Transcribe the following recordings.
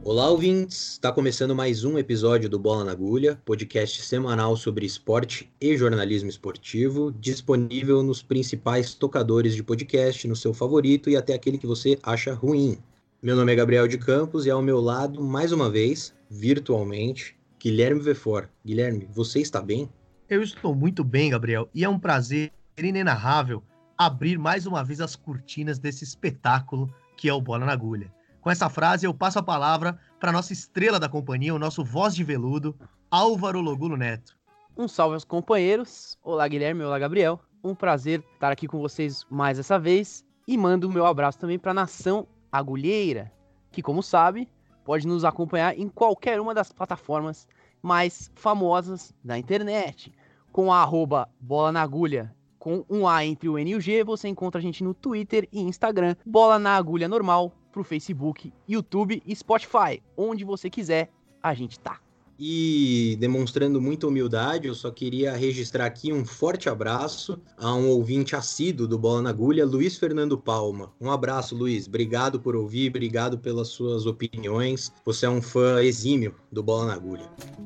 Olá, ouvintes! Está começando mais um episódio do Bola na Agulha, podcast semanal sobre esporte e jornalismo esportivo, disponível nos principais tocadores de podcast, no seu favorito e até aquele que você acha ruim. Meu nome é Gabriel de Campos e ao meu lado, mais uma vez, virtualmente, Guilherme Vefor. Guilherme, você está bem? Eu estou muito bem, Gabriel, e é um prazer inenarrável abrir mais uma vez as cortinas desse espetáculo que é o Bola na Agulha. Com essa frase, eu passo a palavra para nossa estrela da companhia, o nosso voz de veludo, Álvaro Logulo Neto. Um salve aos companheiros. Olá, Guilherme. Olá, Gabriel. Um prazer estar aqui com vocês mais essa vez. E mando o meu abraço também para a nação agulheira, que, como sabe, pode nos acompanhar em qualquer uma das plataformas mais famosas da internet. Com a @bola na agulha, com um A entre o N e o G, você encontra a gente no Twitter e Instagram, Bola na Agulha Normal, pro Facebook, YouTube e Spotify. Onde você quiser, a gente tá. E demonstrando muita humildade, eu só queria registrar aqui um forte abraço a um ouvinte assíduo do Bola na Agulha, Luiz Fernando Palma. Um abraço, Luiz. Obrigado por ouvir, obrigado pelas suas opiniões. Você é um fã exímio do Bola na Agulha.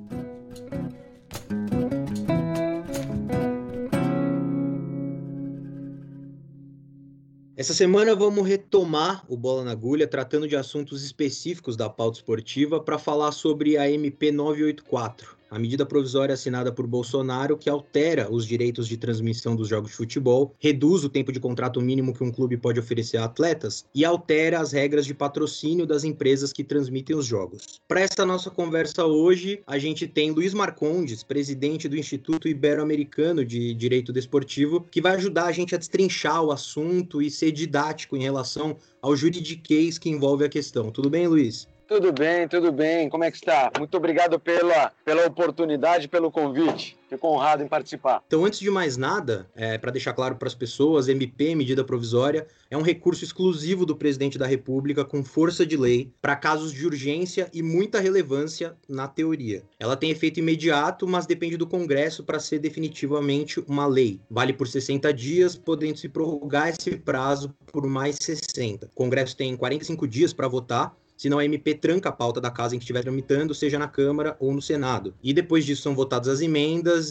Essa semana vamos retomar o Bola na Agulha, tratando de assuntos específicos da pauta esportiva, para falar sobre a MP 984, a medida provisória assinada por Bolsonaro que altera os direitos de transmissão dos jogos de futebol, reduz o tempo de contrato mínimo que um clube pode oferecer a atletas e altera as regras de patrocínio das empresas que transmitem os jogos. Para essa nossa conversa hoje, a gente tem Luiz Marcondes, presidente do Instituto Ibero-Americano de Direito Desportivo, que vai ajudar a gente a destrinchar o assunto e ser didático em relação ao juridiquês que envolve a questão. Tudo bem, Luiz? Tudo bem. Como é que está? Muito obrigado pela oportunidade, pelo convite. Fico honrado em participar. Então, antes de mais nada, para deixar claro para as pessoas, MP, medida provisória, é um recurso exclusivo do presidente da República com força de lei para casos de urgência e muita relevância na teoria. Ela tem efeito imediato, mas depende do Congresso para ser definitivamente uma lei. Vale por 60 dias, podendo se prorrogar esse prazo por mais 60. O Congresso tem 45 dias para votar, senão a MP tranca a pauta da casa em que estiver tramitando, seja na Câmara ou no Senado. E depois disso são votadas as emendas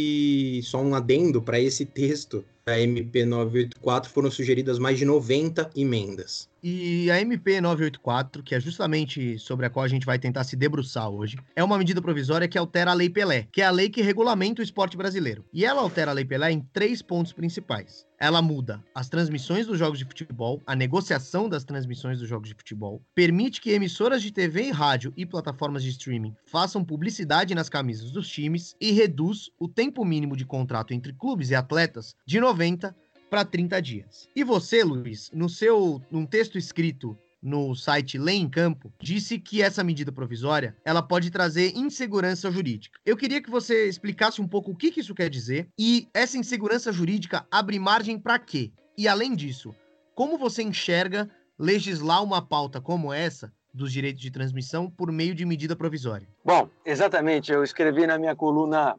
e só um adendo para esse texto. A MP 984 foram sugeridas mais de 90 emendas. E a MP 984, que é justamente sobre a qual a gente vai tentar se debruçar hoje, é uma medida provisória que altera a Lei Pelé, que é a lei que regulamenta o esporte brasileiro. E ela altera a Lei Pelé em 3 pontos principais. Ela muda as transmissões dos jogos de futebol, a negociação das transmissões dos jogos de futebol, permite que emissoras de TV e rádio e plataformas de streaming façam publicidade nas camisas dos times e reduz o tempo mínimo de contrato entre clubes e atletas de 90 para 30 dias. E você, Luiz, num texto escrito no site Lei em Campo, disse que essa medida provisória, ela pode trazer insegurança jurídica. Eu queria que você explicasse um pouco o que isso quer dizer e essa insegurança jurídica abre margem para quê? E além disso, como você enxerga legislar uma pauta como essa dos direitos de transmissão por meio de medida provisória? Bom, exatamente. Eu escrevi na minha coluna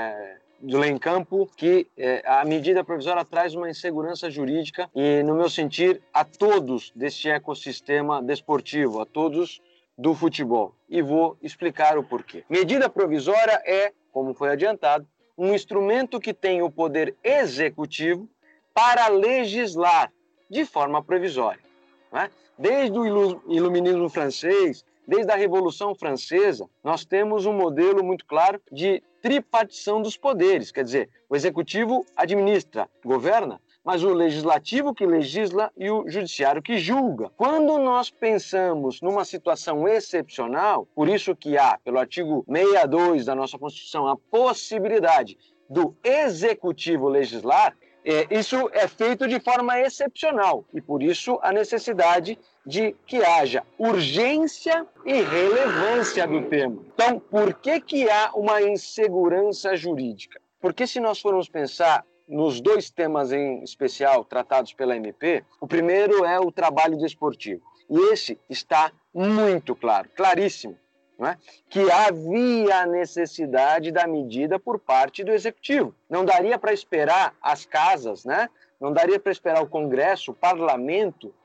do Lei em Campo que a medida provisória traz uma insegurança jurídica e, no meu sentir, a todos deste ecossistema desportivo, a todos do futebol. E vou explicar o porquê. Medida provisória é, como foi adiantado, um instrumento que tem o poder executivo para legislar de forma provisória. Não é? Desde o iluminismo francês, desde a Revolução Francesa, nós temos um modelo muito claro de tripartição dos poderes, quer dizer, o executivo administra, governa, mas o legislativo que legisla e o judiciário que julga. Quando nós pensamos numa situação excepcional, por isso que há, pelo artigo 62 da nossa Constituição, a possibilidade do executivo legislar, isso é feito de forma excepcional e, por isso, a necessidade de que haja urgência e relevância do tema. Então, por que há uma insegurança jurídica? Porque se nós formos pensar nos 2 temas em especial tratados pela MP, o primeiro é o trabalho desportivo. E esse está muito claro, claríssimo. Não é? Que havia necessidade da medida por parte do Executivo. Não daria para esperar as casas, né? Não daria para esperar o Congresso, o Parlamento,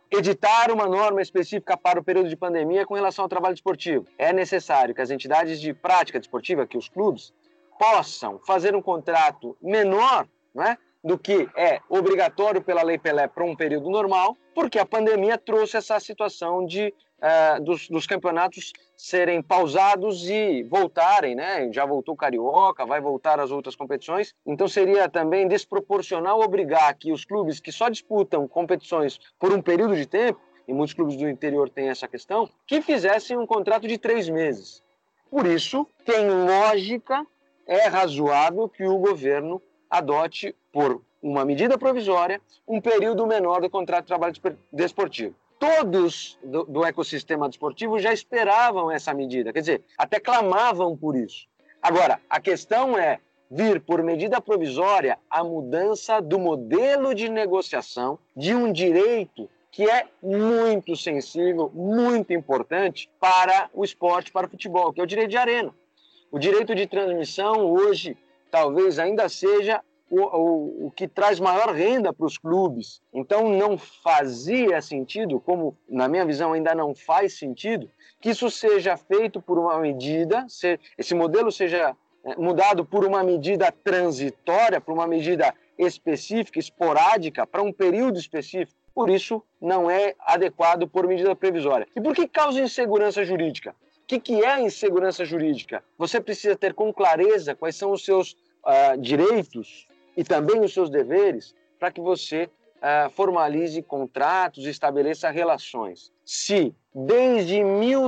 editar uma norma específica para o período de pandemia com relação ao trabalho desportivo. É necessário que as entidades de prática desportiva, que os clubes, possam fazer um contrato menor, né, do que é obrigatório pela Lei Pelé para um período normal, porque a pandemia trouxe essa situação dos campeonatos serem pausados e voltarem, né? Já voltou o Carioca, vai voltar as outras competições, então seria também desproporcional obrigar que os clubes que só disputam competições por um período de tempo, e muitos clubes do interior têm essa questão, que fizessem um contrato de 3 meses. Por isso, tem lógica, é razoável que o governo adote, por uma medida provisória, um período menor do contrato de trabalho desportivo. Todos do ecossistema desportivo já esperavam essa medida, quer dizer, até clamavam por isso. Agora, a questão é vir por medida provisória a mudança do modelo de negociação de um direito que é muito sensível, muito importante para o esporte, para o futebol, que é o direito de arena. O direito de transmissão hoje talvez ainda seja o que traz maior renda para os clubes. Então não fazia sentido, como na minha visão ainda não faz sentido, que isso seja feito por uma medida, esse modelo seja mudado por uma medida transitória, por uma medida específica, esporádica, para um período específico. Por isso não é adequado por medida provisória. E por que causa insegurança jurídica? O que é a insegurança jurídica? Você precisa ter com clareza quais são os seus direitos e também os seus deveres para que você formalize contratos e estabeleça relações. Se desde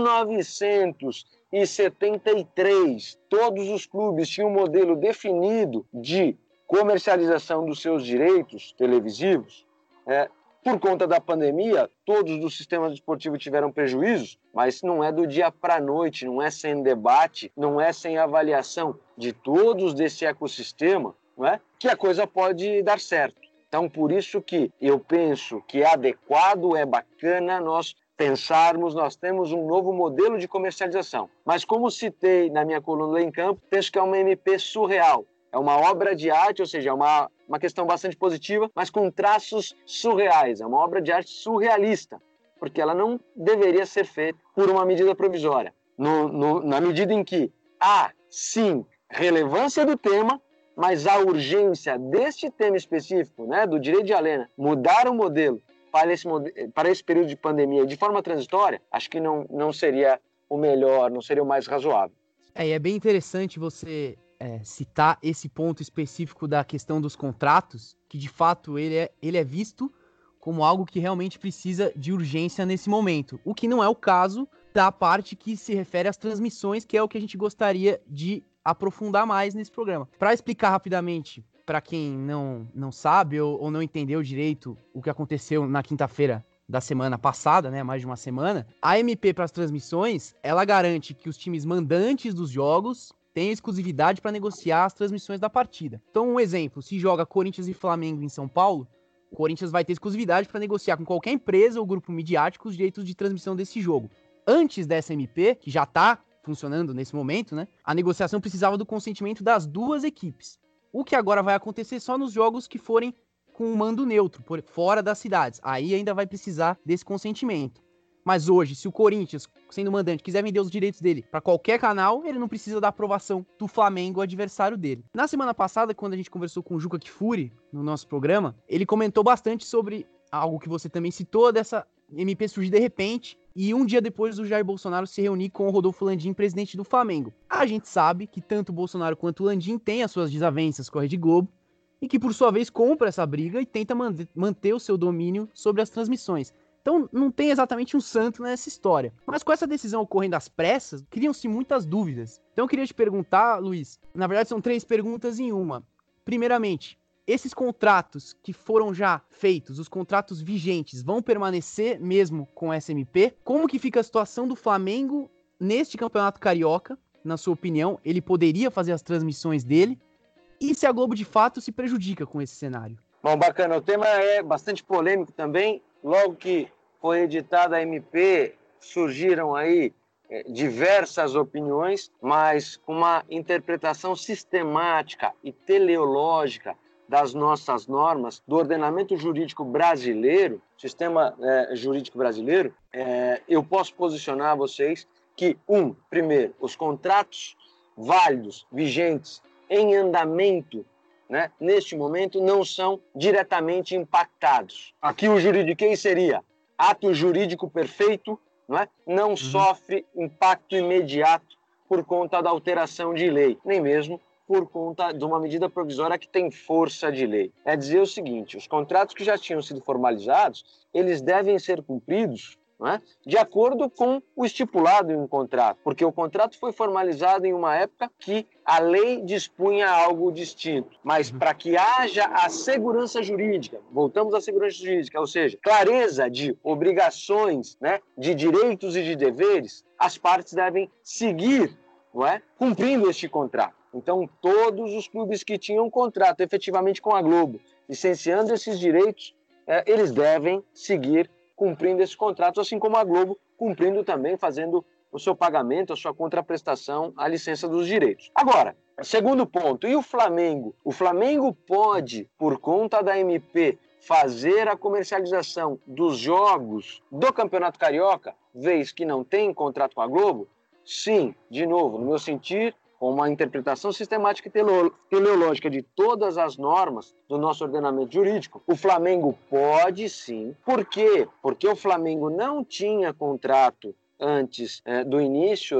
1973 todos os clubes tinham um modelo definido de comercialização dos seus direitos televisivos, por conta da pandemia, todos do sistema desportivo tiveram prejuízos, mas não é do dia para a noite, não é sem debate, não é sem avaliação de todos desse ecossistema, não é, que a coisa pode dar certo. Então, por isso que eu penso que é adequado, é bacana nós pensarmos, nós temos um novo modelo de comercialização. Mas como citei na minha coluna lá em campo, penso que é uma MP surreal. É uma obra de arte, ou seja, é uma questão bastante positiva, mas com traços surreais. É uma obra de arte surrealista, porque ela não deveria ser feita por uma medida provisória. Na medida em que há, sim, relevância do tema, mas a urgência deste tema específico, né, do direito de arena, mudar o modelo para esse período de pandemia de forma transitória, acho que não seria o melhor, não seria o mais razoável. E é bem interessante você citar esse ponto específico da questão dos contratos, que de fato ele é visto como algo que realmente precisa de urgência nesse momento, o que não é o caso da parte que se refere às transmissões, que é o que a gente gostaria de aprofundar mais nesse programa. Para explicar rapidamente, para quem não sabe ou não entendeu direito o que aconteceu na quinta-feira da semana passada, né, mais de uma semana, a MP para as transmissões, ela garante que os times mandantes dos jogos têm exclusividade para negociar as transmissões da partida. Então, um exemplo, se joga Corinthians e Flamengo em São Paulo, o Corinthians vai ter exclusividade para negociar com qualquer empresa ou grupo midiático os direitos de transmissão desse jogo. Antes dessa MP, que já está funcionando nesse momento, né, a negociação precisava do consentimento das duas equipes. O que agora vai acontecer só nos jogos que forem com um mando neutro, fora das cidades. Aí ainda vai precisar desse consentimento. Mas hoje, se o Corinthians, sendo mandante, quiser vender os direitos dele para qualquer canal, ele não precisa da aprovação do Flamengo, adversário dele. Na semana passada, quando a gente conversou com o Juca Kfouri, no nosso programa, ele comentou bastante sobre algo que você também citou, dessa MP surgir de repente, e um dia depois do Jair Bolsonaro se reunir com o Rodolfo Landim, presidente do Flamengo. A gente sabe que tanto o Bolsonaro quanto o Landim têm as suas desavenças com a Rede Globo, e que por sua vez compra essa briga e tenta manter o seu domínio sobre as transmissões. Então não tem exatamente um santo nessa história. Mas com essa decisão ocorrendo às pressas, criam-se muitas dúvidas. Então eu queria te perguntar, Luiz, na verdade são 3 perguntas em uma. Primeiramente, esses contratos que foram já feitos, os contratos vigentes, vão permanecer mesmo com essa MP? Como que fica a situação do Flamengo neste Campeonato Carioca? Na sua opinião, ele poderia fazer as transmissões dele? E se a Globo de fato se prejudica com esse cenário? Bom, bacana. O tema é bastante polêmico também. Logo que foi editada a MP, surgiram aí diversas opiniões, mas com uma interpretação sistemática e teleológica das nossas normas, do ordenamento jurídico brasileiro, sistema jurídico brasileiro, eu posso posicionar vocês que, primeiro, os contratos válidos, vigentes, em andamento, né, neste momento, não são diretamente impactados. Aqui o juridiquês seria ato jurídico perfeito, não sofre impacto imediato por conta da alteração de lei, nem mesmo por conta de uma medida provisória que tem força de lei. É dizer o seguinte, os contratos que já tinham sido formalizados, eles devem ser cumpridos, de acordo com o estipulado em um contrato, porque o contrato foi formalizado em uma época que a lei dispunha algo distinto. Mas para que haja a segurança jurídica, voltamos à segurança jurídica, ou seja, clareza de obrigações, de direitos e de deveres, as partes devem seguir, cumprindo este contrato. Então, todos os clubes que tinham contrato efetivamente com a Globo, licenciando esses direitos, eles devem seguir cumprindo esses contratos, assim como a Globo cumprindo também, fazendo o seu pagamento, a sua contraprestação à licença dos direitos. Agora, segundo ponto, e o Flamengo? O Flamengo pode, por conta da MP, fazer a comercialização dos jogos do Campeonato Carioca, vez que não tem contrato com a Globo? Sim, de novo, no meu sentir, com uma interpretação sistemática e teleológica de todas as normas do nosso ordenamento jurídico, o Flamengo pode sim. Por quê? Porque o Flamengo não tinha contrato antes do início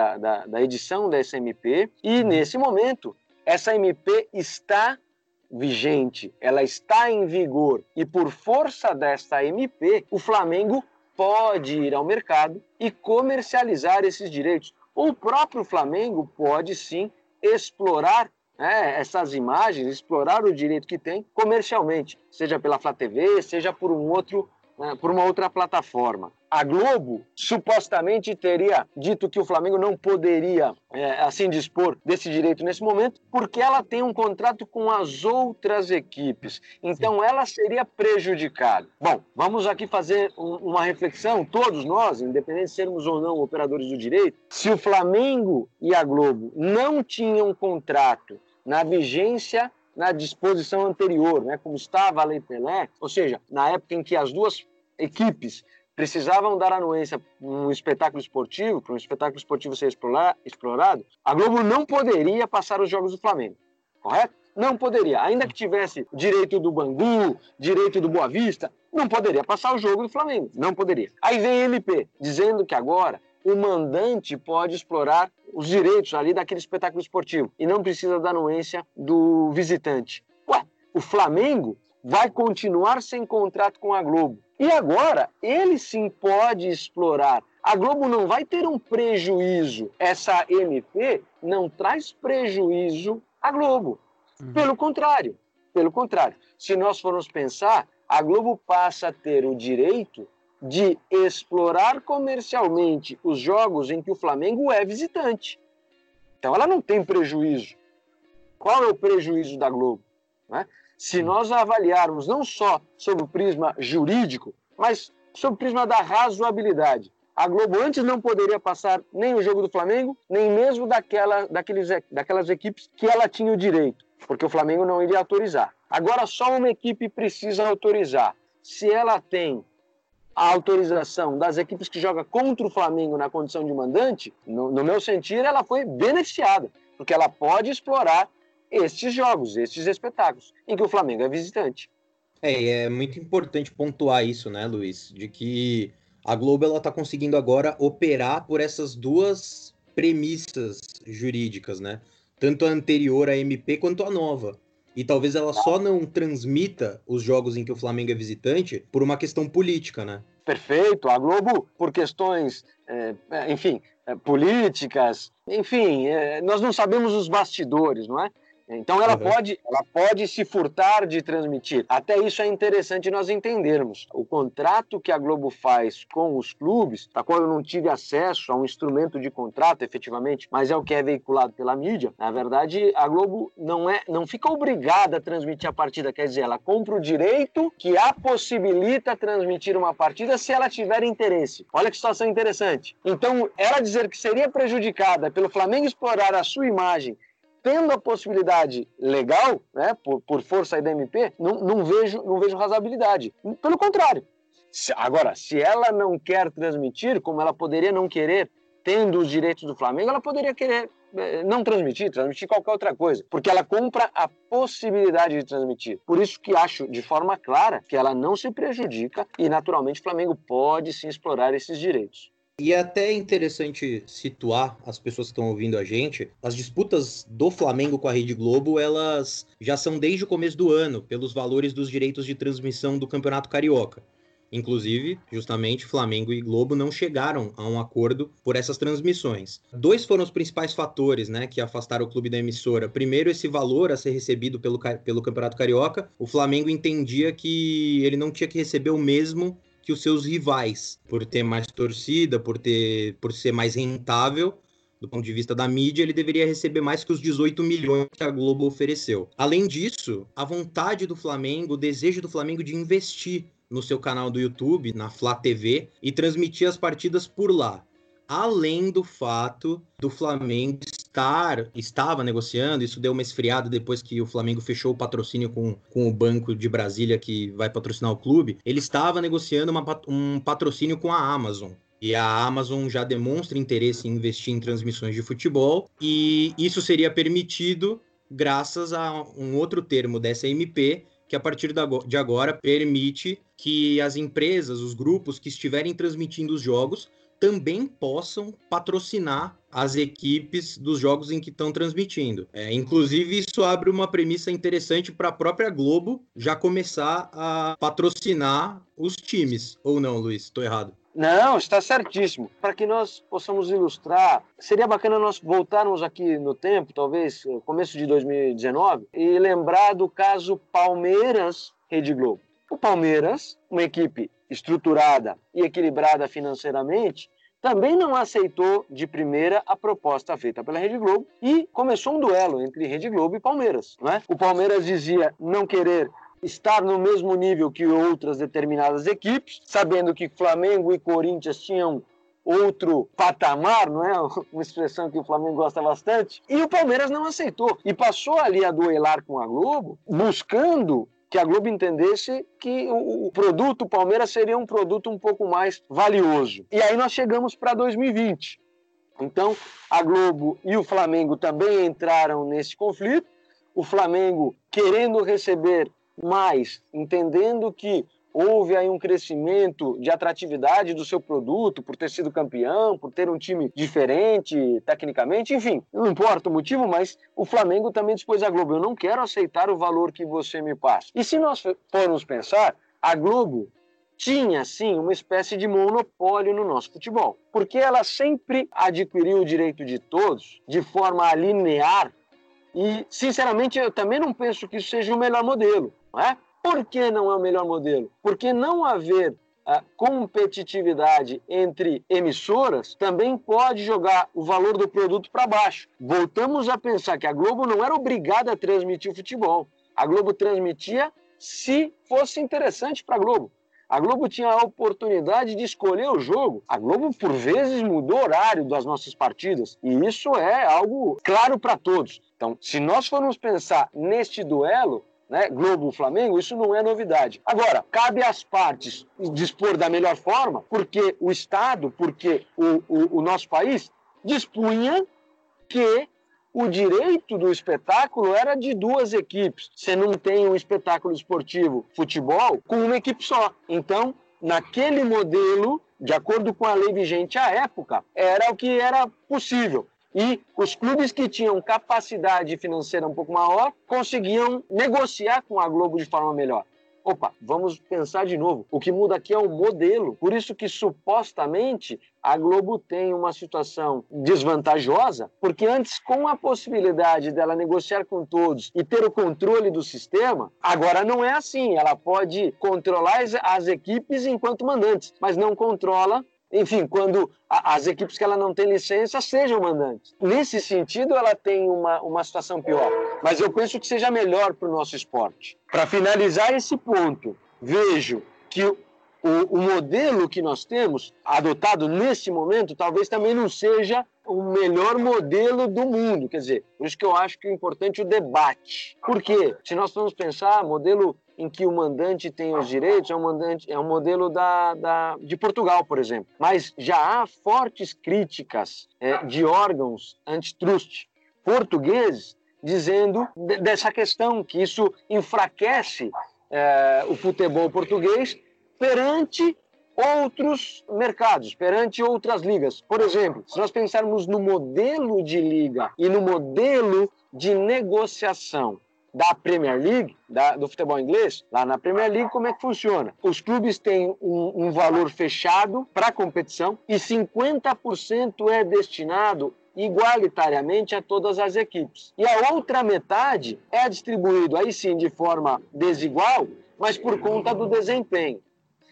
da edição dessa MP e, nesse momento, essa MP está vigente, ela está em vigor e, por força desta MP, o Flamengo pode ir ao mercado e comercializar esses direitos. O próprio Flamengo pode, sim, explorar essas imagens, explorar o direito que tem comercialmente, seja pela Flá TV, seja por uma outra plataforma. A Globo supostamente teria dito que o Flamengo não poderia assim dispor desse direito nesse momento, porque ela tem um contrato com as outras equipes. Então ela seria prejudicada. Bom, vamos aqui fazer uma reflexão, todos nós, independente de sermos ou não operadores do direito, se o Flamengo e a Globo não tinham contrato na vigência, na disposição anterior, como estava a Lei Pelé, ou seja, na época em que as duas equipes precisavam dar anuência para um espetáculo esportivo ser explorado, a Globo não poderia passar os jogos do Flamengo, correto? Não poderia. Ainda que tivesse direito do Bangu, direito do Boa Vista, não poderia passar o jogo do Flamengo, não poderia. Aí vem a MP, dizendo que agora o mandante pode explorar os direitos ali daquele espetáculo esportivo e não precisa da anuência do visitante. O Flamengo vai continuar sem contrato com a Globo. E agora, ele sim pode explorar. A Globo não vai ter um prejuízo. Essa MP não traz prejuízo à Globo. Pelo contrário. Se nós formos pensar, a Globo passa a ter o direito de explorar comercialmente os jogos em que o Flamengo é visitante. Então, ela não tem prejuízo. Qual é o prejuízo da Globo? Se nós avaliarmos não só sob o prisma jurídico, mas sob o prisma da razoabilidade. A Globo antes não poderia passar nem o jogo do Flamengo, nem mesmo daquelas equipes que ela tinha o direito, porque o Flamengo não iria autorizar. Agora só uma equipe precisa autorizar. Se ela tem a autorização das equipes que jogam contra o Flamengo na condição de mandante, no meu sentir, ela foi beneficiada, porque ela pode explorar estes jogos, estes espetáculos, em que o Flamengo é visitante. É muito importante pontuar isso, né, Luiz? De que a Globo está conseguindo agora operar por essas duas premissas jurídicas, né? Tanto a anterior à MP quanto a nova. E talvez ela só não transmita os jogos em que o Flamengo é visitante por uma questão política, né? Perfeito. A Globo, por questões, políticas, nós não sabemos os bastidores, não é? Então ela pode se furtar de transmitir. Até isso é interessante nós entendermos. O contrato que a Globo faz com os clubes, a qual eu não tive acesso a um instrumento de contrato efetivamente, mas é o que é veiculado pela mídia, na verdade a Globo não fica obrigada a transmitir a partida, quer dizer, ela compra o direito que a possibilita transmitir uma partida se ela tiver interesse. Olha que situação interessante. Então ela dizer que seria prejudicada pelo Flamengo explorar a sua imagem tendo a possibilidade legal, né, por força aí da MP, não vejo razoabilidade. Pelo contrário. Agora, se ela não quer transmitir, como ela poderia não querer, tendo os direitos do Flamengo, ela poderia querer não transmitir qualquer outra coisa, porque ela compra a possibilidade de transmitir. Por isso que acho, de forma clara, que ela não se prejudica e, naturalmente, o Flamengo pode sim explorar esses direitos. E é até interessante situar as pessoas que estão ouvindo a gente, as disputas do Flamengo com a Rede Globo, elas já são desde o começo do ano, pelos valores dos direitos de transmissão do Campeonato Carioca. Inclusive, justamente, Flamengo e Globo não chegaram a um acordo por essas transmissões. 2 foram os principais fatores, né, que afastaram o clube da emissora. Primeiro, esse valor a ser recebido pelo Campeonato Carioca. O Flamengo entendia que ele não tinha que receber o mesmo que os seus rivais, por ter mais torcida, por ser mais rentável. Do ponto de vista da mídia, ele deveria receber mais que os 18 milhões que a Globo ofereceu. Além disso, a vontade do Flamengo, o desejo do Flamengo de investir no seu canal do YouTube, na Flá TV, e transmitir as partidas por lá. Além do fato do Flamengo estava negociando, isso deu uma esfriada depois que o Flamengo fechou o patrocínio com o Banco de Brasília, que vai patrocinar o clube, ele estava negociando um patrocínio com a Amazon. E a Amazon já demonstra interesse em investir em transmissões de futebol, e isso seria permitido graças a um outro termo dessa MP, que a partir de agora permite que as empresas, os grupos que estiverem transmitindo os jogos, também possam patrocinar as equipes dos jogos em que estão transmitindo. Inclusive, isso abre uma premissa interessante para a própria Globo já começar a patrocinar os times. Ou não, Luiz? Estou errado. Não, está certíssimo. Para que nós possamos ilustrar, seria bacana nós voltarmos aqui no tempo, talvez começo de 2019, e lembrar do caso Palmeiras-Rede Globo. O Palmeiras, uma equipe estruturada e equilibrada financeiramente, também não aceitou de primeira a proposta feita pela Rede Globo e começou um duelo entre Rede Globo e Palmeiras, não é? O Palmeiras dizia não querer estar no mesmo nível que outras determinadas equipes, sabendo que Flamengo e Corinthians tinham outro patamar, não é? Uma expressão que o Flamengo gosta bastante. E o Palmeiras não aceitou e passou ali a duelar com a Globo, buscando que a Globo entendesse que o produto Palmeiras seria um produto um pouco mais valioso. E aí nós chegamos para 2020. Então, a Globo e o Flamengo também entraram nesse conflito. O Flamengo querendo receber mais, entendendo que houve aí um crescimento de atratividade do seu produto por ter sido campeão, por ter um time diferente tecnicamente, enfim, não importa o motivo, mas o Flamengo também dispôs à Globo. Eu não quero aceitar o valor que você me passa. E se nós formos pensar, a Globo tinha, sim, uma espécie de monopólio no nosso futebol, porque ela sempre adquiriu o direito de todos de forma linear e, sinceramente, eu também não penso que isso seja o melhor modelo, não é? Por que não é o melhor modelo? Porque não haver competitividade entre emissoras também pode jogar o valor do produto para baixo. Voltamos a pensar que a Globo não era obrigada a transmitir o futebol. A Globo transmitia se fosse interessante para a Globo. A Globo tinha a oportunidade de escolher o jogo. A Globo, por vezes, mudou o horário das nossas partidas. E isso é algo claro para todos. Então, se nós formos pensar neste duelo, né, Globo-Flamengo, isso não é novidade. Agora, cabe às partes dispor da melhor forma, porque o Estado, porque o nosso país dispunha que o direito do espetáculo era de 2 equipes. Você não tem um espetáculo esportivo, futebol, com uma equipe só. Então, naquele modelo, de acordo com a lei vigente à época, era o que era possível. E os clubes que tinham capacidade financeira um pouco maior conseguiam negociar com a Globo de forma melhor. Opa, vamos pensar de novo. O que muda aqui é o modelo. Por isso que, supostamente, a Globo tem uma situação desvantajosa, porque antes, com a possibilidade dela negociar com todos e ter o controle do sistema, agora não é assim. Ela pode controlar as equipes enquanto mandantes, mas não controla, enfim, quando as equipes que ela não tem licença sejam mandantes. Nesse sentido, ela tem uma situação pior. Mas eu penso que seja melhor para o nosso esporte. Para finalizar esse ponto, vejo que o modelo que nós temos, adotado nesse momento, talvez também não seja o melhor modelo do mundo. Quer dizer, por isso que eu acho que é importante o debate. Por quê? Se nós formos pensar, modelo em que o mandante tem os direitos, é um modelo de Portugal, por exemplo. Mas já há fortes críticas de órgãos antitrust portugueses dizendo dessa questão, que isso enfraquece o futebol português perante outros mercados, perante outras ligas. Por exemplo, se nós pensarmos no modelo de liga e no modelo de negociação da Premier League, do futebol inglês, lá na Premier League, como é que funciona? Os clubes têm um valor fechado para a competição e 50% é destinado igualitariamente a todas as equipes. E a outra metade é distribuído, aí sim, de forma desigual, mas por conta do desempenho.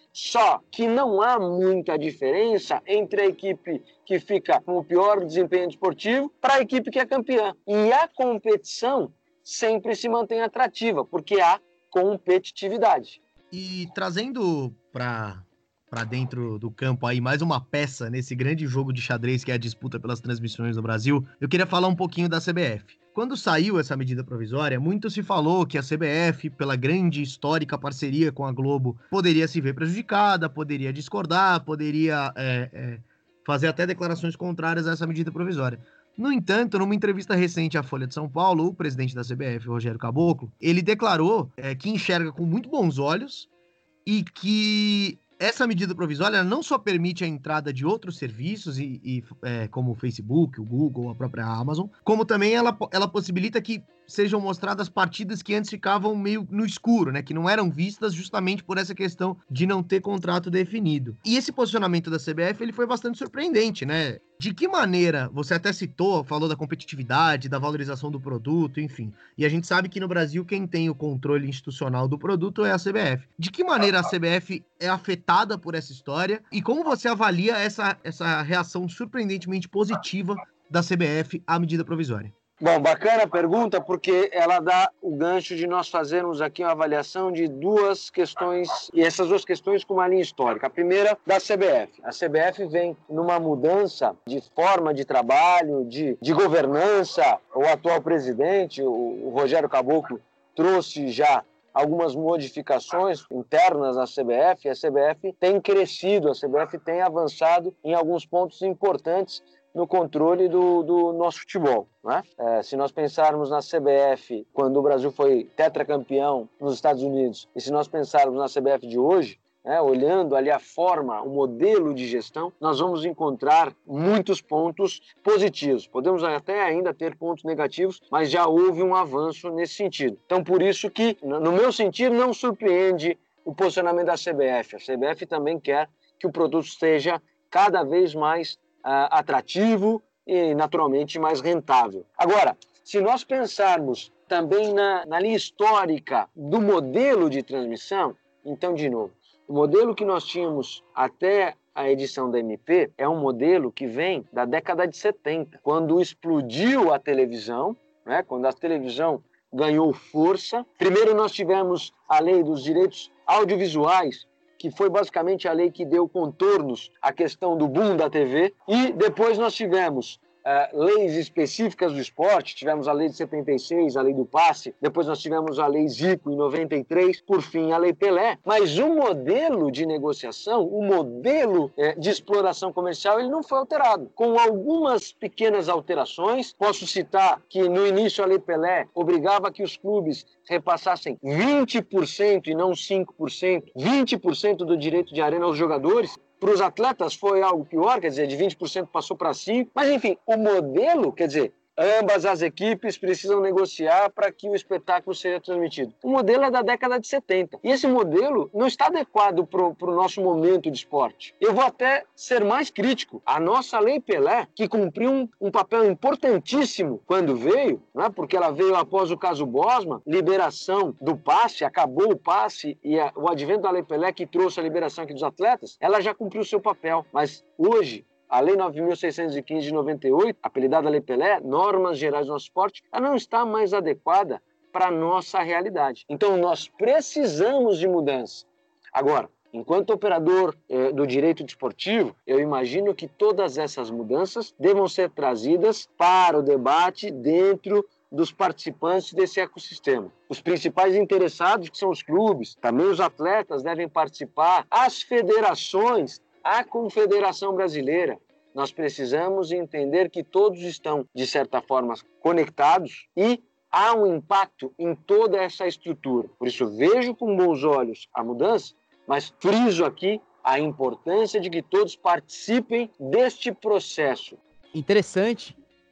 Só que não há muita diferença entre a equipe que fica com o pior desempenho esportivo para a equipe que é campeã. E a competição sempre se mantém atrativa, porque há competitividade. E trazendo para dentro do campo aí mais uma peça nesse grande jogo de xadrez que é a disputa pelas transmissões no Brasil, eu queria falar um pouquinho da CBF. Quando saiu essa medida provisória, muito se falou que a CBF, pela grande histórica parceria com a Globo, poderia se ver prejudicada, poderia discordar, poderia fazer até declarações contrárias a essa medida provisória. No entanto, numa entrevista recente à Folha de São Paulo, o presidente da CBF, Rogério Caboclo, ele declarou que enxerga com muito bons olhos e que essa medida provisória não só permite a entrada de outros serviços, como o Facebook, o Google, a própria Amazon, como também ela possibilita que sejam mostradas partidas que antes ficavam meio no escuro, né? Que não eram vistas justamente por essa questão de não ter contrato definido. E esse posicionamento da CBF, ele foi bastante surpreendente, né? De que maneira, você até citou, falou da competitividade, da valorização do produto, enfim. E a gente sabe que no Brasil quem tem o controle institucional do produto é a CBF. De que maneira a CBF é afetada por essa história e como você avalia essa reação surpreendentemente positiva da CBF à medida provisória? Bom, bacana a pergunta, porque ela dá o gancho de nós fazermos aqui uma avaliação de duas questões, e essas duas questões com uma linha histórica. A primeira, da CBF. A CBF vem numa mudança de forma de trabalho, de governança. O atual presidente, o Rogério Caboclo, trouxe já algumas modificações internas à CBF, e a CBF tem crescido, a CBF tem avançado em alguns pontos importantes no controle do nosso futebol, né? Se nós pensarmos na CBF, quando o Brasil foi tetracampeão nos Estados Unidos, e se nós pensarmos na CBF de hoje, olhando ali a forma, o modelo de gestão, nós vamos encontrar muitos pontos positivos. Podemos até ainda ter pontos negativos, mas já houve um avanço nesse sentido. Então, por isso que, no meu sentido, não surpreende o posicionamento da CBF. A CBF também quer que o produto seja cada vez mais atrativo e, naturalmente, mais rentável. Agora, se nós pensarmos também na linha histórica do modelo de transmissão, então, de novo, o modelo que nós tínhamos até a edição da MP é um modelo que vem da década de 70, quando explodiu a televisão, né? Quando a televisão ganhou força. Primeiro nós tivemos a lei dos direitos audiovisuais, que foi basicamente a lei que deu contornos à questão do boom da TV. E depois nós tivemos leis específicas do esporte, tivemos a lei de 76, a lei do passe, depois nós tivemos a lei Zico em 93, por fim a lei Pelé. Mas o modelo de negociação, o modelo de exploração comercial, ele não foi alterado. Com algumas pequenas alterações, posso citar que no início a lei Pelé obrigava que os clubes repassassem 20% e não 5%, 20% do direito de arena aos jogadores. Para os atletas foi algo pior, quer dizer, de 20% passou para 5%. Mas, enfim, o modelo, quer dizer, ambas as equipes precisam negociar para que o espetáculo seja transmitido. O modelo é da década de 70. E esse modelo não está adequado para o nosso momento de esporte. Eu vou até ser mais crítico. A nossa Lei Pelé, que cumpriu um papel importantíssimo quando veio, né, porque ela veio após o caso Bosman, liberação do passe, acabou o passe e o advento da Lei Pelé que trouxe a liberação aqui dos atletas, ela já cumpriu o seu papel. Mas hoje, a Lei 9.615 de 98, apelidada Lei Pelé, normas gerais do nosso esporte, ela não está mais adequada para a nossa realidade. Então, nós precisamos de mudança. Agora, Enquanto operador do direito desportivo, eu imagino que todas essas mudanças devam ser trazidas para o debate dentro dos participantes desse ecossistema. Os principais interessados, que são os clubes, também os atletas devem participar, as federações, a Confederação Brasileira. Nós precisamos entender que todos estão, de certa forma, conectados e há um impacto em toda essa estrutura. Por isso, vejo com bons olhos a mudança, mas friso aqui a importância de que todos participem deste processo. Interessante.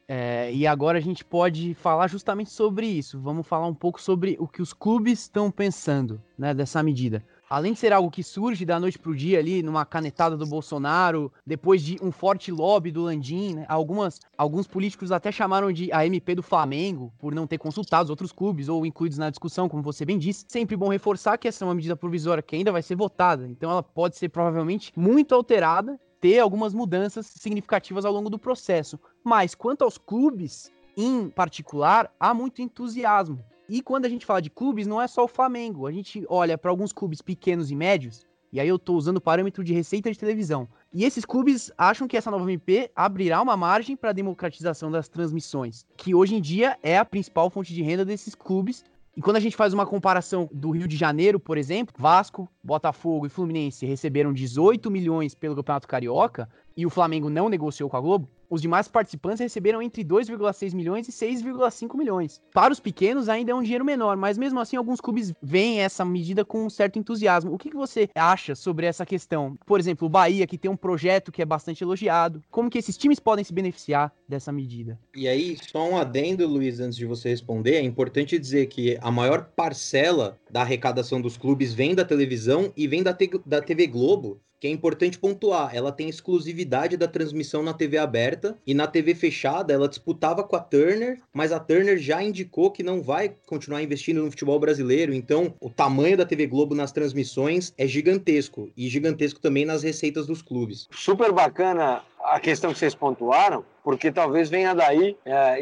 E agora a gente pode falar justamente sobre isso. Vamos falar um pouco sobre o que os clubes estão pensando, né, dessa medida. Além de ser algo que surge da noite pro dia ali, numa canetada do Bolsonaro, depois de um forte lobby do Landim, né, alguns políticos até chamaram de a MP do Flamengo, por não ter consultado os outros clubes ou incluídos na discussão, como você bem disse. Sempre bom reforçar que essa é uma medida provisória que ainda vai ser votada, então ela pode ser provavelmente muito alterada, ter algumas mudanças significativas ao longo do processo. Mas quanto aos clubes, em particular, há muito entusiasmo. E quando a gente fala de clubes, não é só o Flamengo. A gente olha para alguns clubes pequenos e médios, e aí eu estou usando o parâmetro de receita de televisão. E esses clubes acham que essa nova MP abrirá uma margem para a democratização das transmissões, que hoje em dia é a principal fonte de renda desses clubes. E quando a gente faz uma comparação do Rio de Janeiro, por exemplo, Vasco, Botafogo e Fluminense receberam 18 milhões pelo Campeonato Carioca e o Flamengo não negociou com a Globo, os demais participantes receberam entre 2,6 milhões e 6,5 milhões. Para os pequenos ainda é um dinheiro menor, mas mesmo assim alguns clubes veem essa medida com um certo entusiasmo. O que você acha sobre essa questão? Por exemplo, o Bahia, que tem um projeto que é bastante elogiado. Como que esses times podem se beneficiar dessa medida? E aí, só um adendo, Luiz, antes de você responder, é importante dizer que a maior parcela da arrecadação dos clubes vem da televisão e vem da TV Globo, que é importante pontuar, ela tem exclusividade da transmissão na TV aberta e na TV fechada ela disputava com a Turner, mas a Turner já indicou que não vai continuar investindo no futebol brasileiro, então o tamanho da TV Globo nas transmissões é gigantesco, e gigantesco também nas receitas dos clubes. Super bacana a questão que vocês pontuaram, porque talvez venha daí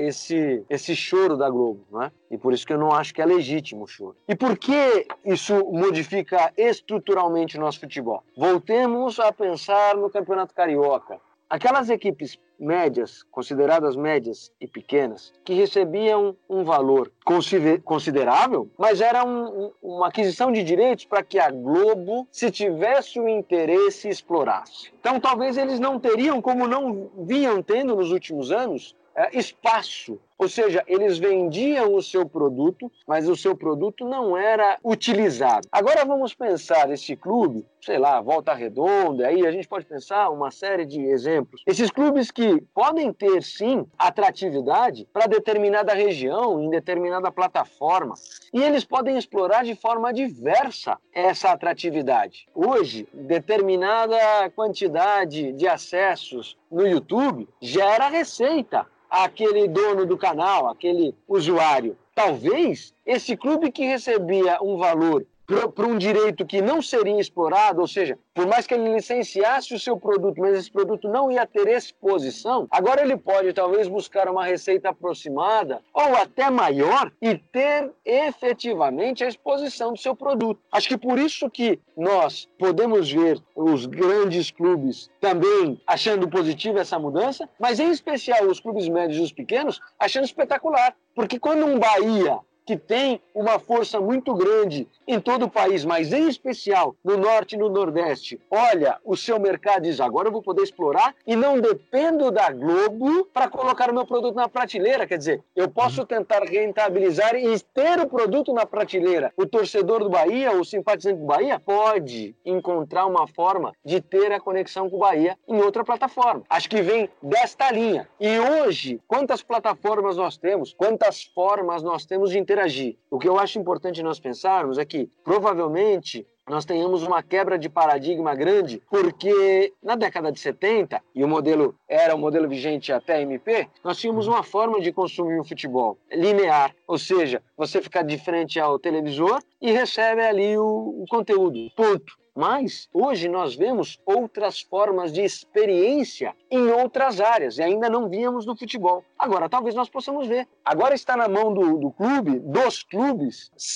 esse choro da Globo, né? E por isso que eu não acho que é legítimo o choro. E por que isso modifica estruturalmente o nosso futebol? Voltemos a pensar no Campeonato Carioca. Aquelas equipes médias, consideradas médias e pequenas, que recebiam um valor considerável, mas era uma aquisição de direitos para que a Globo, se tivesse o interesse, explorasse. Então talvez eles não teriam, como não vinham tendo nos últimos anos, espaço. Ou seja, eles vendiam o seu produto, mas o seu produto não era utilizado. Agora vamos pensar esse clube, sei lá, Volta Redonda, aí a gente pode pensar uma série de exemplos. Esses clubes que podem ter, sim, atratividade para determinada região, em determinada plataforma, e eles podem explorar de forma diversa essa atratividade. Hoje, determinada quantidade de acessos no YouTube gera receita. Aquele dono do canal, aquele usuário. Talvez esse clube que recebia um valor para um direito que não seria explorado, ou seja, por mais que ele licenciasse o seu produto, mas esse produto não ia ter exposição, agora ele pode talvez buscar uma receita aproximada ou até maior e ter efetivamente a exposição do seu produto. Acho que por isso que nós podemos ver os grandes clubes também achando positivo essa mudança, mas em especial os clubes médios e os pequenos achando espetacular, porque quando um Bahia, que tem uma força muito grande em todo o país, mas em especial no Norte e no Nordeste, olha o seu mercado e diz, agora eu vou poder explorar e não dependo da Globo para colocar o meu produto na prateleira. Quer dizer, eu posso tentar rentabilizar e ter o produto na prateleira. O torcedor do Bahia, o simpatizante do Bahia, pode encontrar uma forma de ter a conexão com o Bahia em outra plataforma. Acho que vem desta linha. E hoje, quantas plataformas nós temos, quantas formas nós temos de interagir? O que eu acho importante nós pensarmos é que, provavelmente, nós tenhamos uma quebra de paradigma grande, porque na década de 70, e o modelo era o modelo vigente até a MP, nós tínhamos uma forma de consumir o futebol linear, ou seja, você fica de frente ao televisor e recebe ali o conteúdo, ponto. Mas hoje nós vemos outras formas de experiência em outras áreas e ainda não víamos no futebol. Agora talvez nós possamos ver. Agora está na mão do clube, dos clubes, ser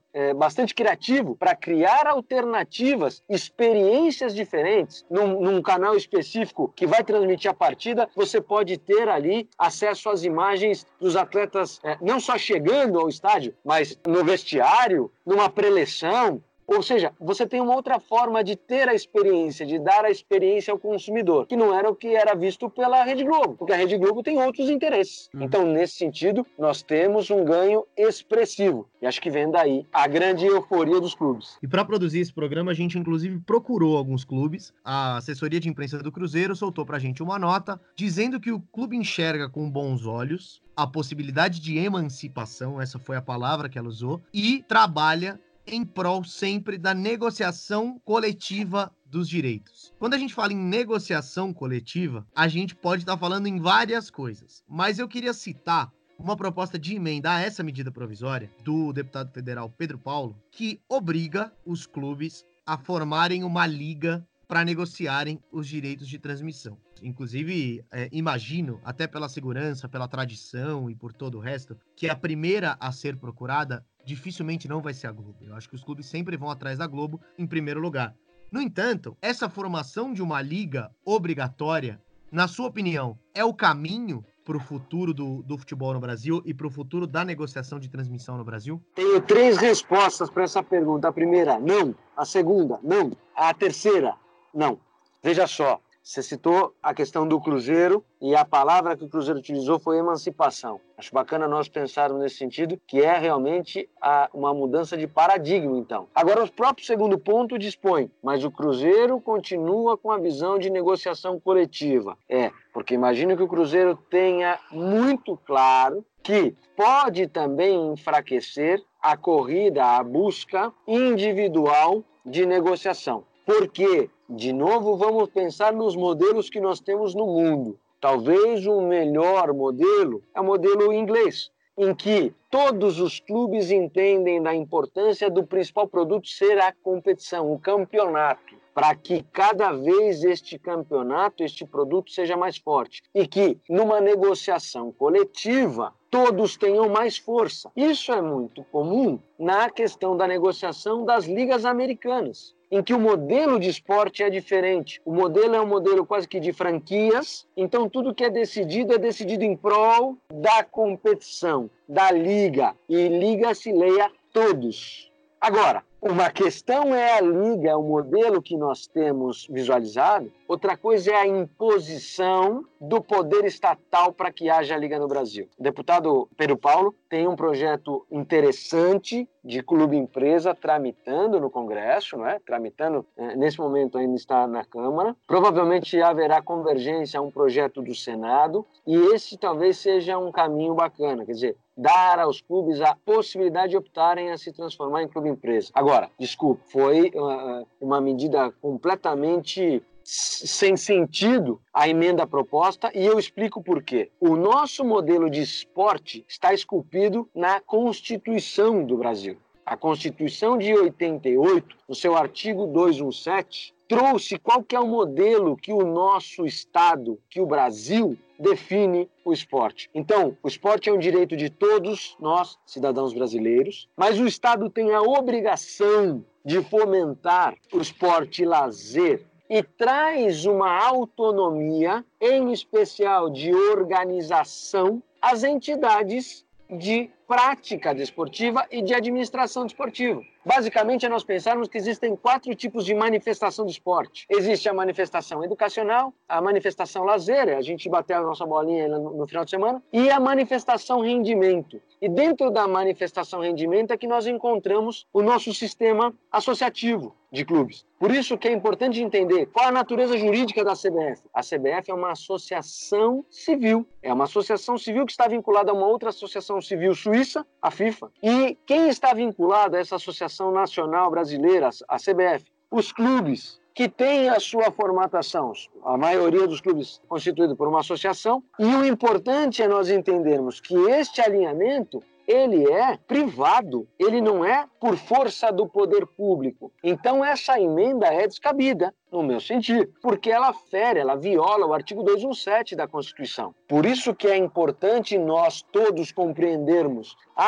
bastante criativo para criar alternativas, experiências diferentes. Num canal específico que vai transmitir a partida, você pode ter ali acesso às imagens dos atletas, não só chegando ao estádio, mas no vestiário, numa preleção. Ou seja, você tem uma outra forma de ter a experiência, de dar a experiência ao consumidor, que não era o que era visto pela Rede Globo, porque a Rede Globo tem outros interesses. Então, nesse sentido, nós temos um ganho expressivo. E acho que vem daí a grande euforia dos clubes. E para produzir esse programa, a gente inclusive procurou alguns clubes. A assessoria de imprensa do Cruzeiro soltou para a gente uma nota dizendo que o clube enxerga com bons olhos a possibilidade de emancipação, essa foi a palavra que ela usou, e trabalha em prol sempre da negociação coletiva dos direitos. Quando a gente fala em negociação coletiva, a gente pode estar falando em várias coisas, mas eu queria citar uma proposta de emenda a essa medida provisória do deputado federal Pedro Paulo, que obriga os clubes a formarem uma liga para negociarem os direitos de transmissão. Inclusive, imagino, até pela segurança, pela tradição e por todo o resto, que a primeira a ser procurada dificilmente não vai ser a Globo. Eu acho que os clubes sempre vão atrás da Globo em primeiro lugar. No entanto, essa formação de uma liga obrigatória, na sua opinião, é o caminho para o futuro do futebol no Brasil e para o futuro da negociação de transmissão no Brasil? Tenho 3 respostas para essa pergunta. A primeira, não. A segunda, não. A terceira, não. Veja só, você citou a questão do Cruzeiro e a palavra que o Cruzeiro utilizou foi emancipação. Acho bacana nós pensarmos nesse sentido, que é realmente uma mudança de paradigma, então. Agora, o próprio segundo ponto dispõe, mas o Cruzeiro continua com a visão de negociação coletiva. Porque imagino que o Cruzeiro tenha muito claro que pode também enfraquecer a corrida, a busca individual de negociação. Porque, de novo, vamos pensar nos modelos que nós temos no mundo. Talvez o melhor modelo é o modelo inglês, em que todos os clubes entendem da importância do principal produto ser a competição, o campeonato, para que cada vez este campeonato, este produto seja mais forte e que, numa negociação coletiva, todos tenham mais força. Isso é muito comum na questão da negociação das ligas americanas, em que o modelo de esporte é diferente. O modelo é um modelo quase que de franquias, então tudo que é decidido em prol da competição, da liga, e liga se leia todos. Agora, uma questão é a liga, o modelo que nós temos visualizado, outra coisa é a imposição do poder estatal para que haja a liga no Brasil. O deputado Pedro Paulo tem um projeto interessante de clube-empresa tramitando no Congresso, não é? Tramitando, nesse momento ainda está na Câmara. Provavelmente haverá convergência a um projeto do Senado e esse talvez seja um caminho bacana, quer dizer, dar aos clubes a possibilidade de optarem a se transformar em clube-empresa. Agora, desculpe, foi uma medida completamente sem sentido a emenda proposta e eu explico por quê. O nosso modelo de esporte está esculpido na Constituição do Brasil. A Constituição de 88, no seu artigo 217, trouxe qual que é o modelo que o nosso Estado, que o Brasil, define o esporte. Então, o esporte é um direito de todos nós, cidadãos brasileiros, mas o Estado tem a obrigação de fomentar o esporte e lazer e traz uma autonomia, em especial de organização, às entidades de prática desportiva e de administração desportiva. Basicamente, é nós pensarmos que existem 4 tipos de manifestação do esporte. Existe a manifestação educacional, a manifestação lazer, a gente bater a nossa bolinha no final de semana, e a manifestação rendimento. E dentro da manifestação rendimento é que nós encontramos o nosso sistema associativo de clubes. Por isso que é importante entender qual a natureza jurídica da CBF. A CBF é uma associação civil. É uma associação civil que está vinculada a uma outra associação civil suíça, a FIFA. E quem está vinculado a essa associação nacional brasileira, a CBF? Os clubes que têm a sua formatação, a maioria dos clubes constituído por uma associação. E o importante é nós entendermos que este alinhamento ele é privado, ele não é por força do poder público. Então essa emenda é descabida, no meu sentido, porque ela fere, ela viola o artigo 217 da Constituição. Por isso que é importante nós todos compreendermos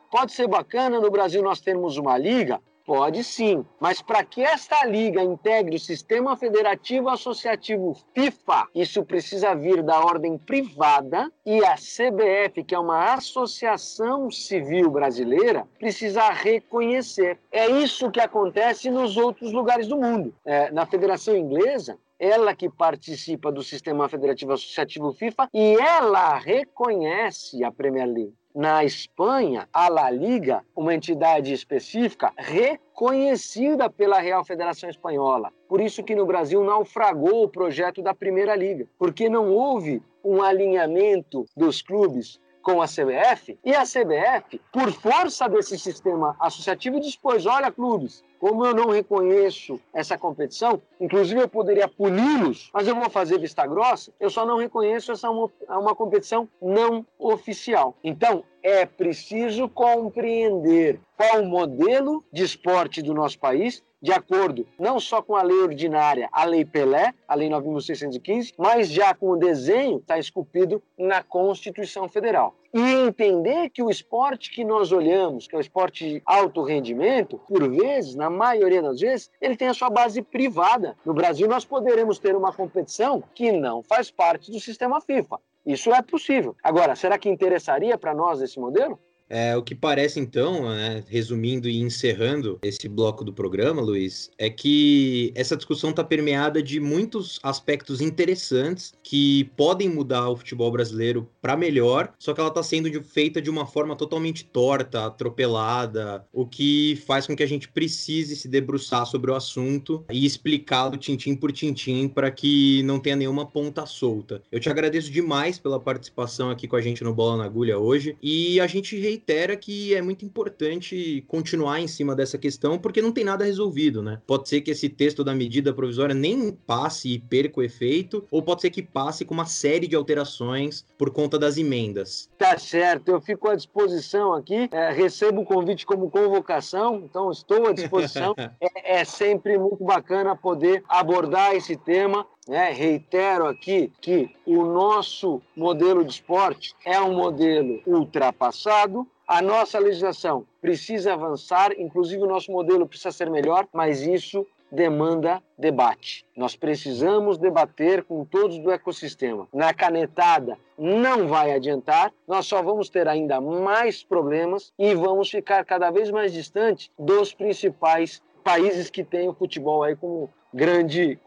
pode ser bacana no Brasil nós termos uma liga? Pode sim, mas para que esta liga integre o Sistema Federativo Associativo FIFA, isso precisa vir da ordem privada e a CBF, que é uma associação civil brasileira, precisa reconhecer. É isso que acontece nos outros lugares do mundo. Na Federação Inglesa, ela que participa do Sistema Federativo Associativo FIFA e ela reconhece a Premier League. Na Espanha, a La Liga, uma entidade específica reconhecida pela Real Federação Espanhola. Por isso que no Brasil naufragou o projeto da Primeira Liga, porque não houve um alinhamento dos clubes com a CBF, e a CBF, por força desse sistema associativo, dispôs, olha, clubes, como eu não reconheço essa competição, inclusive eu poderia puni-los, mas eu vou fazer vista grossa, eu só não reconheço essa uma competição não oficial. Então, é preciso compreender qual o modelo de esporte do nosso país, de acordo não só com a lei ordinária, a Lei Pelé, a Lei 9.615, mas já com o desenho está esculpido na Constituição Federal. E entender que o esporte que nós olhamos, que é o esporte de alto rendimento, por vezes, na maioria das vezes, ele tem a sua base privada. No Brasil, nós poderemos ter uma competição que não faz parte do sistema FIFA. Isso é possível. Agora, será que interessaria para nós esse modelo? O que parece, então, né, resumindo e encerrando esse bloco do programa, Luiz, é que essa discussão está permeada de muitos aspectos interessantes que podem mudar o futebol brasileiro para melhor, só que ela está sendo feita de uma forma totalmente torta, atropelada, o que faz com que a gente precise se debruçar sobre o assunto e explicá-lo tintim por tintim para que não tenha nenhuma ponta solta. Eu te agradeço demais pela participação aqui com a gente no Bola na Agulha hoje, e a gente reitera que é muito importante continuar em cima dessa questão, porque não tem nada resolvido, né? Pode ser que esse texto da medida provisória nem passe e perca o efeito, ou pode ser que passe com uma série de alterações por conta das emendas. Tá certo, eu fico à disposição aqui, recebo o convite como convocação, então estou à disposição. É sempre muito bacana poder abordar esse tema. Reitero aqui que o nosso modelo de esporte é um modelo ultrapassado, a nossa legislação precisa avançar, inclusive o nosso modelo precisa ser melhor, mas isso demanda debate. Nós precisamos debater com todos do ecossistema. Na canetada não vai adiantar, nós só vamos ter ainda mais problemas e vamos ficar cada vez mais distante dos principais países que têm o futebol aí como grande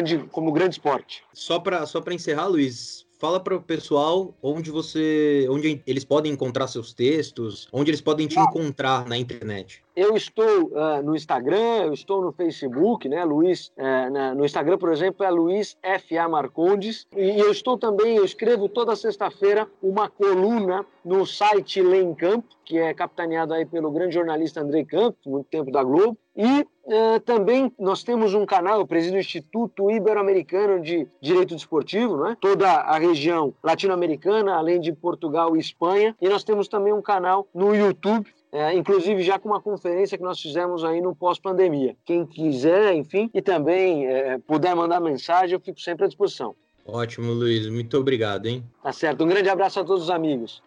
esporte. Só para encerrar, Luiz, fala para o pessoal onde eles podem encontrar seus textos, onde eles podem te encontrar na internet. Eu estou no Instagram, eu estou no Facebook, né, Luiz? No Instagram, por exemplo, é Luiz F.A. Marcondes. E eu escrevo toda sexta-feira uma coluna no site Lê em Campo, que é capitaneado aí pelo grande jornalista Andrei Campos, muito tempo da Globo. E também nós temos um canal, eu presido o Instituto Ibero-Americano de Direito Desportivo, né? Toda a região latino-americana, além de Portugal e Espanha. E nós temos também um canal no YouTube, inclusive já com uma conferência que nós fizemos aí no pós-pandemia. Quem quiser, enfim, e também puder mandar mensagem, eu fico sempre à disposição. Ótimo, Luiz. Muito obrigado, hein? Tá certo. Um grande abraço a todos os amigos.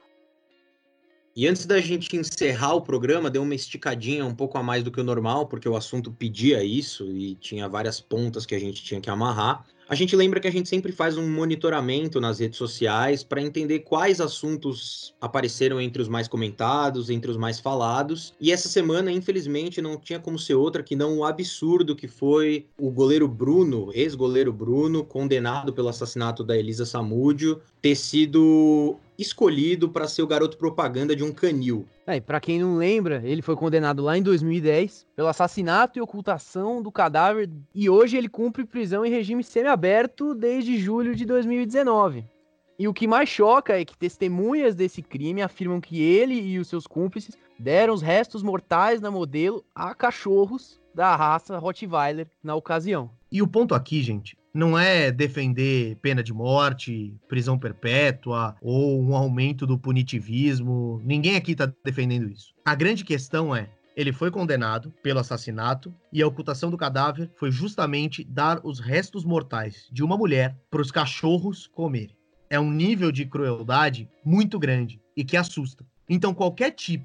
E antes da gente encerrar o programa, deu uma esticadinha um pouco a mais do que o normal, porque o assunto pedia isso e tinha várias pontas que a gente tinha que amarrar. A gente lembra que a gente sempre faz um monitoramento nas redes sociais para entender quais assuntos apareceram entre os mais comentados, entre os mais falados. E essa semana, infelizmente, não tinha como ser outra que não o absurdo que foi o goleiro Bruno, ex-goleiro Bruno, condenado pelo assassinato da Elisa Samúdio, ter sido escolhido para ser o garoto propaganda de um canil. E para quem não lembra, ele foi condenado lá em 2010 pelo assassinato e ocultação do cadáver e hoje ele cumpre prisão em regime semiaberto desde julho de 2019. E o que mais choca é que testemunhas desse crime afirmam que ele e os seus cúmplices deram os restos mortais da modelo a cachorros da raça Rottweiler na ocasião. E o ponto aqui, gente, não é defender pena de morte, prisão perpétua ou um aumento do punitivismo. Ninguém aqui está defendendo isso. A grande questão é, ele foi condenado pelo assassinato e a ocultação do cadáver foi justamente dar os restos mortais de uma mulher para os cachorros comerem. É um nível de crueldade muito grande e que assusta. Então, qualquer tipo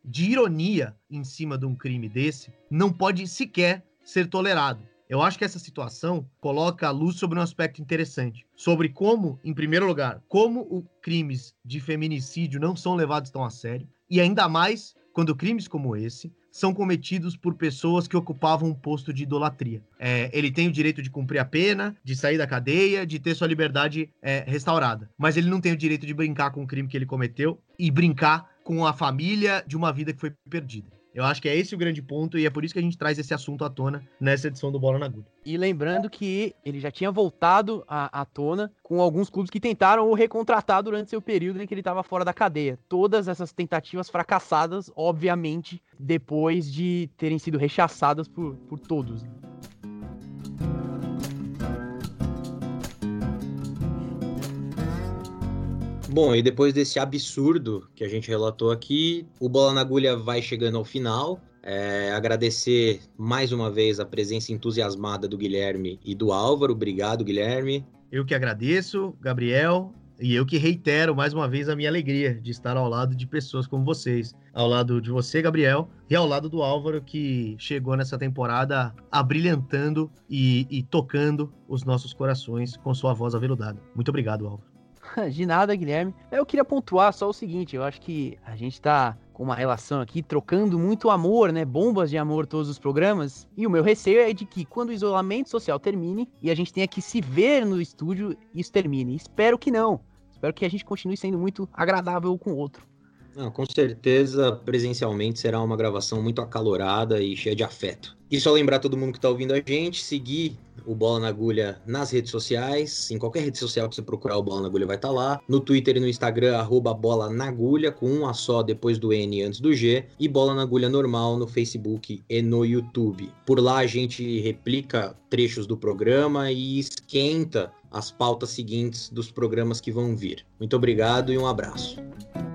de ironia em cima de um crime desse não pode sequer ser tolerado. Eu acho que essa situação coloca a luz sobre um aspecto interessante, sobre como, em primeiro lugar, como crimes de feminicídio não são levados tão a sério, e ainda mais quando crimes como esse são cometidos por pessoas que ocupavam um posto de idolatria. Ele tem o direito de cumprir a pena, de sair da cadeia, de ter sua liberdade restaurada, mas ele não tem o direito de brincar com o crime que ele cometeu e brincar com a família de uma vida que foi perdida. Eu acho que é esse o grande ponto e é por isso que a gente traz esse assunto à tona nessa edição do Bola na Agulha. E lembrando que ele já tinha voltado à tona com alguns clubes que tentaram o recontratar durante seu período em que ele estava fora da cadeia. Todas essas tentativas fracassadas, obviamente, depois de terem sido rechaçadas por todos. Bom, e depois desse absurdo que a gente relatou aqui, o Bola na Agulha vai chegando ao final. Agradecer mais uma vez a presença entusiasmada do Guilherme e do Álvaro. Obrigado, Guilherme. Eu que agradeço, Gabriel, e eu que reitero mais uma vez a minha alegria de estar ao lado de pessoas como vocês. Ao lado de você, Gabriel, e ao lado do Álvaro, que chegou nessa temporada abrilhantando e tocando os nossos corações com sua voz aveludada. Muito obrigado, Álvaro. De nada, Guilherme. Eu queria pontuar só o seguinte, eu acho que a gente tá com uma relação aqui, trocando muito amor, né, bombas de amor todos os programas, e o meu receio é de que quando o isolamento social termine e a gente tenha que se ver no estúdio, isso termine. Espero que não. Espero que a gente continue sendo muito agradável um com o outro. Não, com certeza, presencialmente será uma gravação muito acalorada e cheia de afeto. E só lembrar todo mundo que está ouvindo a gente, seguir o Bola na Agulha nas redes sociais. Em qualquer rede social que você procurar, o Bola na Agulha vai estar lá. No Twitter e no Instagram, @Bola na Agulha, com um A só depois do N antes do G. E Bola na Agulha normal no Facebook e no YouTube. Por lá a gente replica trechos do programa e esquenta as pautas seguintes dos programas que vão vir. Muito obrigado e um abraço.